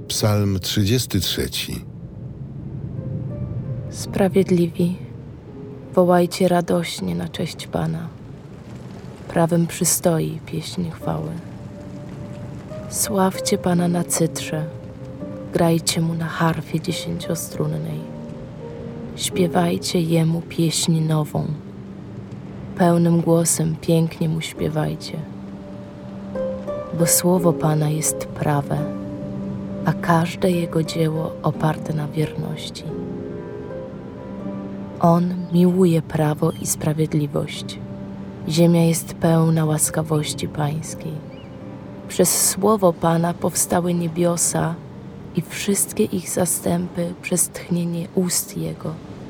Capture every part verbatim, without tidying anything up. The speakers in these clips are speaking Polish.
Psalm trzydziesty trzeci. Sprawiedliwi, wołajcie radośnie na cześć Pana. Prawem przystoi pieśń chwały. Sławcie Pana na cytrze, grajcie Mu na harfie dziesięciostrunnej. Śpiewajcie Jemu pieśń nową, pełnym głosem pięknie Mu śpiewajcie. Bo słowo Pana jest prawe, a każde Jego dzieło oparte na wierności. On miłuje prawo i sprawiedliwość. Ziemia jest pełna łaskawości Pańskiej. Przez słowo Pana powstały niebiosa i wszystkie ich zastępy przez tchnienie ust Jego.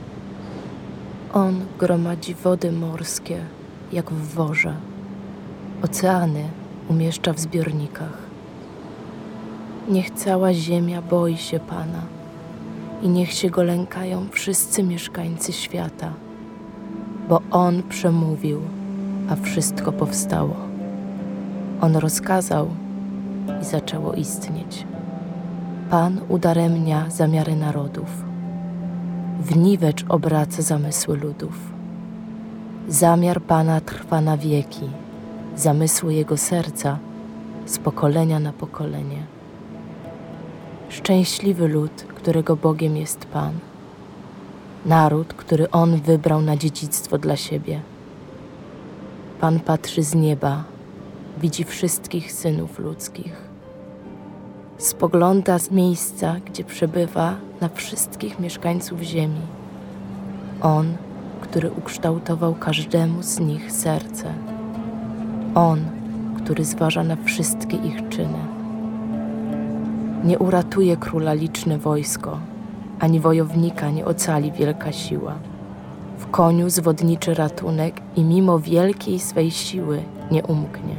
On gromadzi wody morskie jak w worze. Oceany umieszcza w zbiornikach. Niech cała ziemia boi się Pana i niech się Go lękają wszyscy mieszkańcy świata, bo On przemówił, a wszystko powstało. On rozkazał i zaczęło istnieć. Pan udaremnia zamiary narodów, w niwecz obraca zamysły ludów. Zamiar Pana trwa na wieki, zamysły Jego serca z pokolenia na pokolenie. Szczęśliwy lud, którego Bogiem jest Pan, naród, który On wybrał na dziedzictwo dla siebie. Pan patrzy z nieba, widzi wszystkich synów ludzkich. Spogląda z miejsca, gdzie przebywa, na wszystkich mieszkańców ziemi. On, który ukształtował każdemu z nich serce. On, który zważa na wszystkie ich czyny. Nie uratuje króla liczne wojsko, ani wojownika nie ocali wielka siła. W koniu zwodniczy ratunek i mimo wielkiej swej siły nie umknie.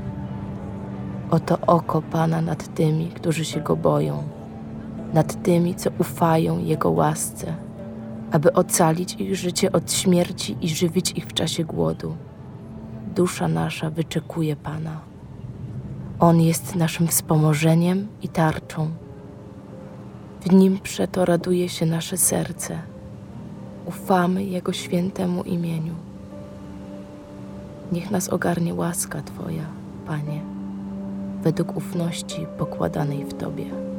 Oto oko Pana nad tymi, którzy się Go boją, nad tymi, co ufają Jego łasce, aby ocalić ich życie od śmierci i żywić ich w czasie głodu. Dusza nasza wyczekuje Pana. On jest naszym wspomożeniem i tarczą. W Nim przeto raduje się nasze serce. Ufamy Jego świętemu imieniu. Niech nas ogarnie łaska Twoja, Panie, według ufności pokładanej w Tobie.